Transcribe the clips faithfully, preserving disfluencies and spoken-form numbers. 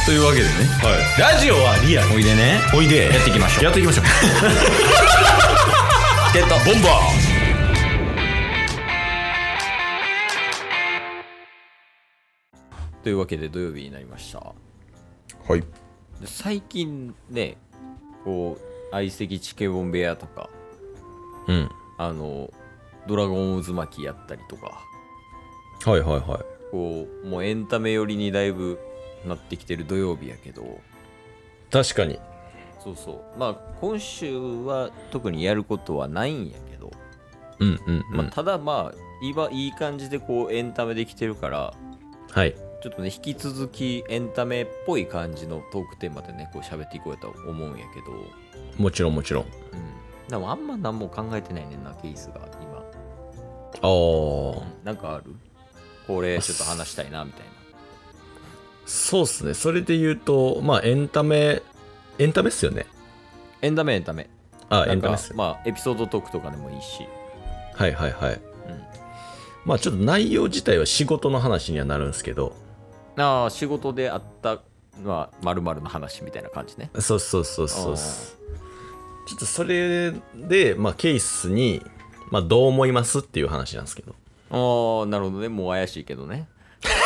というわけでね、 はい、ラジオはリアル。 おいでね、 おいでやっていきましょう。 やっていきましょうゲットボンバーというわけで土曜日になりました。 はい。 で最近ね、こう相席チケボン部屋とか、 うん。 あのドラゴン渦巻きやったりとか、 はいはいはい。 こうもうエンタメ寄りにだいぶなってきてる土曜日やけど、 確かに。 そうそう、まあ今週は特にやることはないんやけど、 うんうん、うん、 まあ、ただまあ今いい感じでこうエンタメできてるから、 はい。 ちょっとね引き続きエンタメっぽい感じのトークテーマでねこう喋っていこうやと思うんやけど、 もちろんもちろん。 うん、でもあんま何も考えてないねんな、ケースが今。 あー、 なんかある？これちょっと話したいなみたいな。 そうっすね。それで言うと、まあエンタメ、エンタメっすよね。 エンタメエンタメ。 あ、 なんかエンタメっす。 まあエピソードトークとかでもいいし。 はいはいはい。 うん。 まあちょっと内容自体は仕事の話にはなるんですけど。 ああ、仕事であったのは〇〇の話みたいな感じね。 そうそうそうそう。ちょっとそれで、まあケースに、まあどう思いますっていう話なんですけど。 ああ、なるほどね。もう怪しいけどね。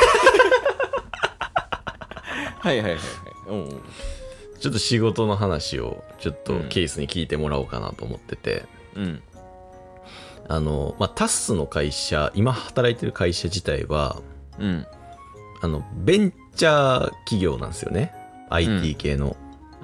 はいはいはいはい。うん。 ちょっと仕事の話をちょっとケースに聞いてもらおうかなと思ってて。 うん。 あの、まあ、タッスの会社、今働いてる会社自体は、 うん。 あの、ベンチャー企業なんですよね。アイティー 系の。 うん。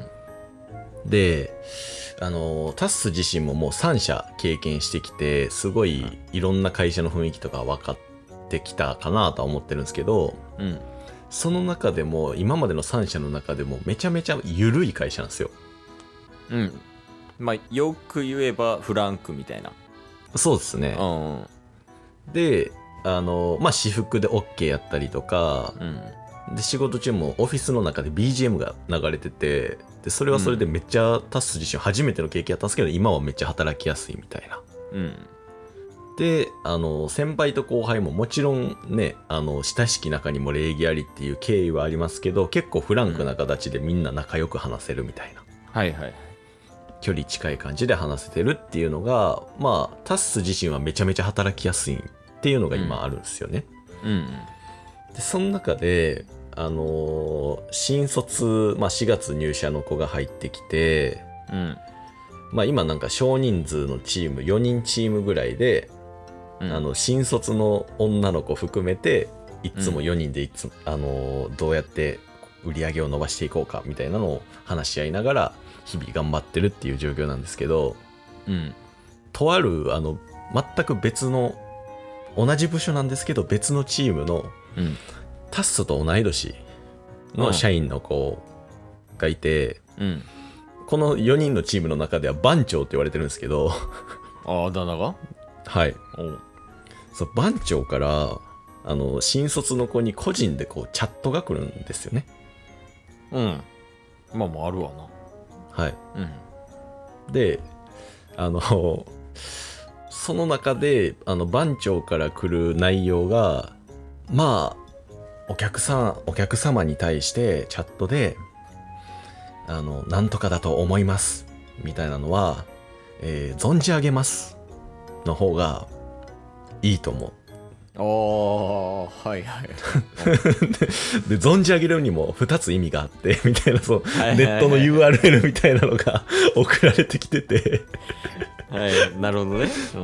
で、あの、タッス自身ももうさん社経験してきて、すごいいろんな会社の雰囲気とか分かってきたかなとは思ってるんですけど、 うん。 その中でも、今までのさん社の中でもめちゃめちゃ緩い会社なんですよ。 うん。まあ、よく言えばフランクみたいな。 そうですね。 うん。 で、あの、まあ、私服で OK やったりとか、 うん。 で、仕事中もオフィスの中で ビージーエム が流れてて、で、それはそれでめっちゃタス自身初めての経験やったんですけど、今はめっちゃ働きやすいみたいな。 うん。 で、あの、先輩と後輩ももちろんね、あの、親しき中にも礼儀ありっていう経緯はありますけど、結構フランクな形でみんな仲良く話せるみたいな。 はいはいはい。 距離近い感じで話せてるっていうのが、まあ、タス自身はめちゃめちゃ働きやすいっていうのが今あるんですよね。 うん。うん。 で、その中で、あのー新卒、まあ、しがつ入社の子が入ってきて、 うん。 まあ、今なんか少人数のチーム、よにんチームぐらいで、 うん、 あの、新卒の女の子含めて、いつもよにんでいつも、うん、あのーどうやって売り上げを伸ばしていこうかみたいなのを話し合いながら、日々頑張ってるっていう状況なんですけど、 うん。 とある、あの、全く別の、同じ部署なんですけど、別のチームの、 うん。 タッスと同い年の社員の子がいて、 うん。 このよにんのチームの中では番長って言われてるんですけど、 ああ、だ名が？ はい。 おう。 そう、番長から、あの、新卒の子に個人でこう、チャットが来るんですよね。 うん。まあまああるわな。 はい。 うん。 で、あの、その中で、あの、番長から来る内容が、まあ、お客さん、お客様に対してチャットで、あの、なんとかだと思います。みたいなのは、えー存じ上げます。の方がいいと思う。 ああ、はいはい。 で、存じ上げるにもふたつ意味があって、みたいな、そう、 はいはいはいネットの ユーアールエル みたいなのが送られてきてて、 はい、なるほどね。うん。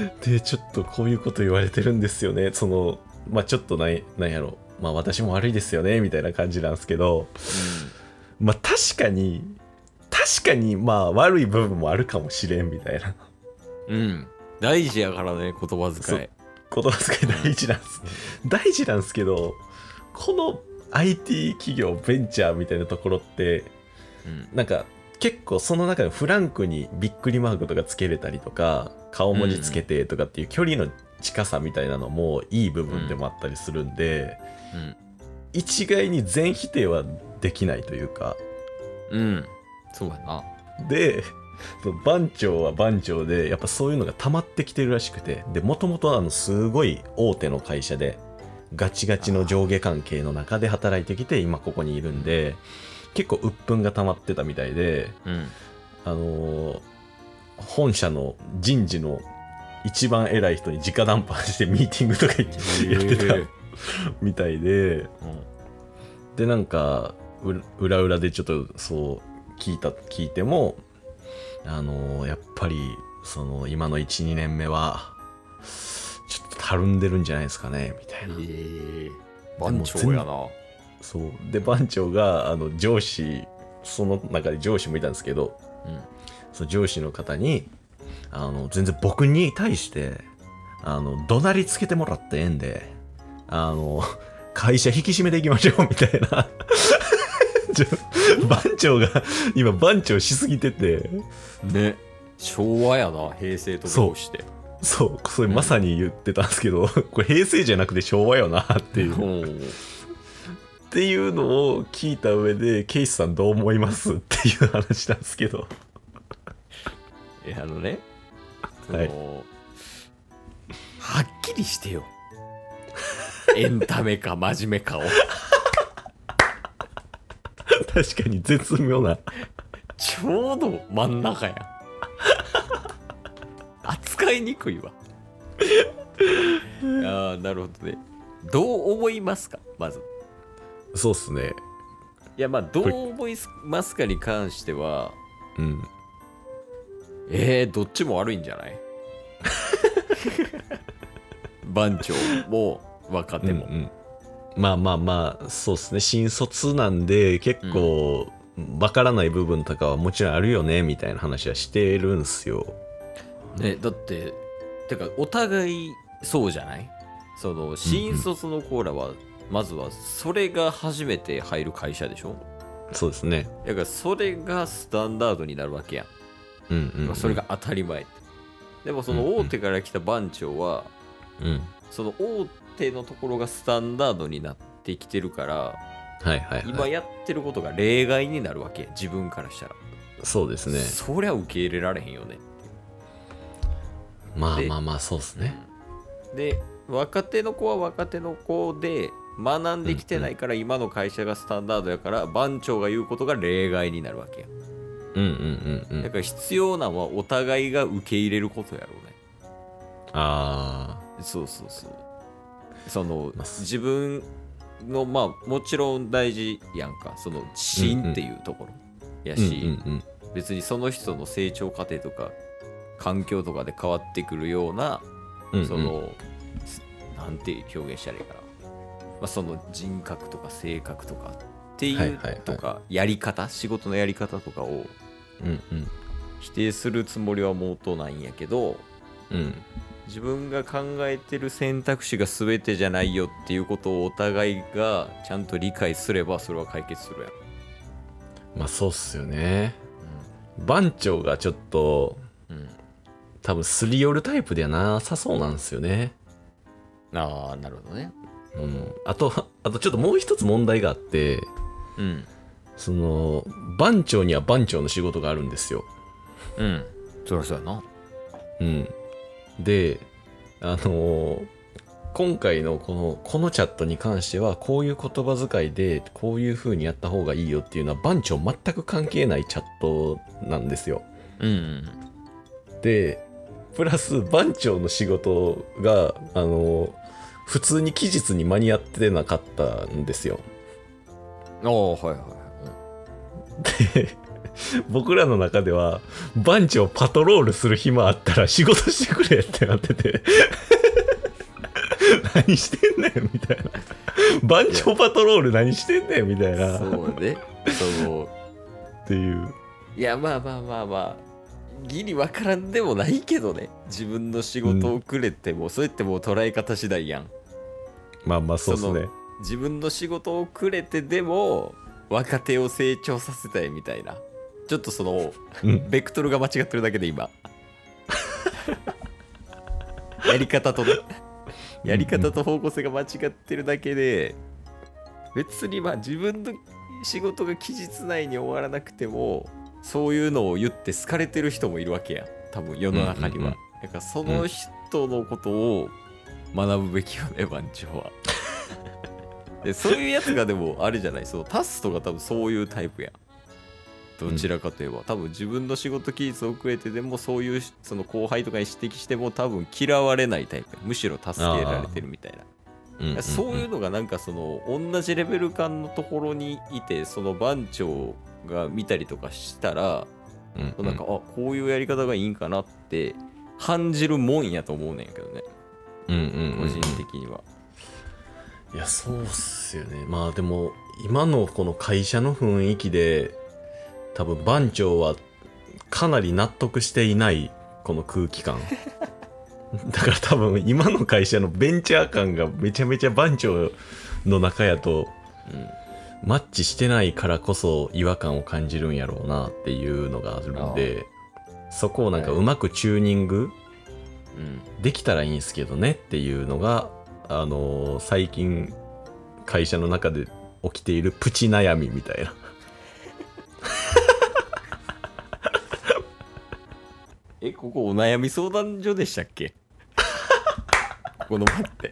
で、ちょっとこういうこと言われてるんですよね。その、まあちょっとない、なんやろ。まあ私も悪いですよね、みたいな感じなんですけど、まあ確かに、確かにまあ悪い部分もあるかもしれん、みたいな。 うん。うん。大事やからね、言葉遣い。 言葉遣い大事なんです。大事なんですけど、この アイティー 企業、ベンチャーみたいなところって、 うん。 なんか結構その中でフランクにびっくりマークとかつけれたりとか、顔文字つけてとかっていう距離の近さみたいなのもいい部分でもあったりするんで、 うん。 一概に全否定はできないというか、 うん。そうやな。 で、その番長は番長で、やっぱそういうのが溜まってきてるらしくて、で、もともとあの、すごい大手の会社で、 ガチガチの上下関係の中で働いてきて今ここにいるんで、結構鬱憤が溜まってたみたいで、 うん、 あのー、本社の人事の一番偉い人に直談判してミーティングとかやってたみたいで、うん、でなんか裏裏でちょっとそう聞いた聞いても、あのー、やっぱりその今の いちにねんめはちょっとたるんでるんじゃないですかねみたいな。 えー、番長やな。 そうで番長があの上司、その中で上司もいたんですけど、うん、その上司の方にあの全然僕に対してあの怒鳴りつけてもらってええんで、あの会社引き締めていきましょうみたいな番長が今番長しすぎててね、昭和やな、平成とどうして。 そうそう、それまさに言ってたんですけど、うん、これ平成じゃなくて昭和よなっていうっていうのを聞いた上で、ケイスさんどう思いますっていう話なんですけどいや、あのね、 はい、 はっきりしてよエンタメか真面目かを確かに絶妙なちょうど真ん中や扱いにくいわああ、なるほどね。どう思いますか、まず。 そうっすね。 いや、まあどう思いますかに関しては、 うん、 えー、どっちも悪いんじゃない番長も若手も、うんうん、 まあまあまあそうっすね。新卒なんで結構わからない部分とかはもちろんあるよねみたいな話はしてるんすよ。 ね、だっててかお互いそうじゃない？その新卒のコーラは、うんうん、まずはそれが初めて入る会社でしょ。 そうですね。 だからそれがスタンダードになるわけやん。 うんうんうん、 それが当たり前。でもその大手から来た番長は、 うんうん、 その大手のところがスタンダードになってきてるから、 はいはいはい、 今やってることが例外になるわけや、自分からしたら。 そうですね。 そりゃ受け入れられへんよね。 まあまあまあそうですね。 で、若手の子は若手の子で学んできてないから、今の会社がスタンダードやから、うんうん、番長が言うことが例外になるわけや。 うんうんうんうん。 だから必要なのはお互いが受け入れることやろうね。 ああ。そうそうそう。その、まあ、自分のまあもちろん大事やんか。その芯っていうところやし、うんうんうん、別にその人の成長過程とか環境とかで変わってくるような、うんうん、そのなんて表現したらいいかな、まあ、その人格とか性格とかっていうとか、はいはいはい、やり方、仕事のやり方とかを否定するつもりはもうとないんやけど、 うん、 自分が考えてる選択肢が全てじゃないよっていうことをお互いがちゃんと理解すればそれは解決するやろ。 まあそうっすよね、うん、番長がちょっと、うん、多分すり寄るタイプではなさそうなんですよね。 ああ、なるほどね。 うん、あとあとちょっともう一つ問題があって、 うん、 その番長には番長の仕事があるんですよ。 うん、そりゃそうやな。 うん。で、あのー、今回のこのこのチャットに関してはこういう言葉遣いでこういう風にやった方がいいよっていうのは番長全く関係ないチャットなんですよ。 うん、うん。 で、プラス番長の仕事があのー、普通に期日に間に合ってなかったんですよ。 ああ、はいはい。 で、僕らの中では番長パトロールする暇あったら仕事してくれってなってて何してんねんみたいな、番長パトロール何してんねんみたいな。 そうね、そうっていう。 いや、まあまあまあまあギリわからんでもないけどね。自分の仕事をくれても、うん、それってもう捉え方次第やん。 まあまあそうですね。 自分の仕事をくれてでも若手を成長させたいみたいな、ちょっとその、うん、ベクトルが間違ってるだけで今やり方とねやり方と方向性が間違ってるだけで、別にまあ自分の仕事が期日内に終わらなくてもそういうのを言って好かれてる人もいるわけやん、多分世の中には、うんうんうん、だからその人のことを学ぶべきよね、番長は。 でそういうやつがでもあれじゃない、そうタスとか多分そういうタイプやん。どちらかといえば、うん、多分自分の仕事期日遅れてでもそういうその後輩とかに指摘しても多分嫌われないタイプや、むしろ助けられてるみたいな。うんうんうん、そういうのがなんかその同じレベル感のところにいて、その番長が見たりとかしたら、うんうん、なんかあこういうやり方がいいんかなって感じるもんやと思うねんけどね、 うんうんうんうん、 個人的には。 いやそうっすよね。まあでも今のこの会社の雰囲気で多分番長はかなり納得していないこの空気感だから多分今の会社のベンチャー感がめちゃめちゃ番長の中やと、うん、マッチしてないからこそ違和感を感じるんやろうなっていうのがあるんで、そこをなんかうまくチューニングできたらいいんですけどねっていうのが、あのー、最近会社の中で起きているプチ悩みみたいなえ、ここお悩み相談所でしたっけこの場って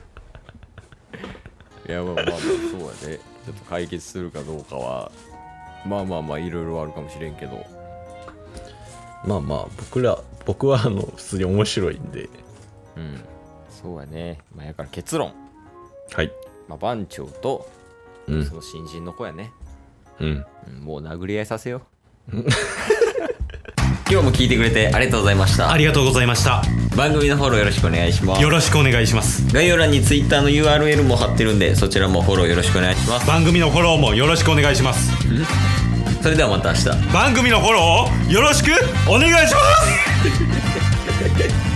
いやまあまあまあそうやね。ちょっと解決するかどうかはまあまあまあいろいろあるかもしれんけど、 まあまあ僕ら僕はあの普通に面白いんで、 うん、そうやね。まあやから結論、 はい、 まあ番長と、うん、その新人の子やね、うん、もう殴り合いさせよう今日も聞いてくれてありがとうございました。 ありがとうございました。 番組のフォローよろしくお願いします。 よろしくお願いします。 概要欄に Twitter の ユーアールエル も貼ってるんで、そちらもフォローよろしくお願いします。 番組のフォローもよろしくお願いしますそれではまた明日。 番組のフォローをよろしくお願いします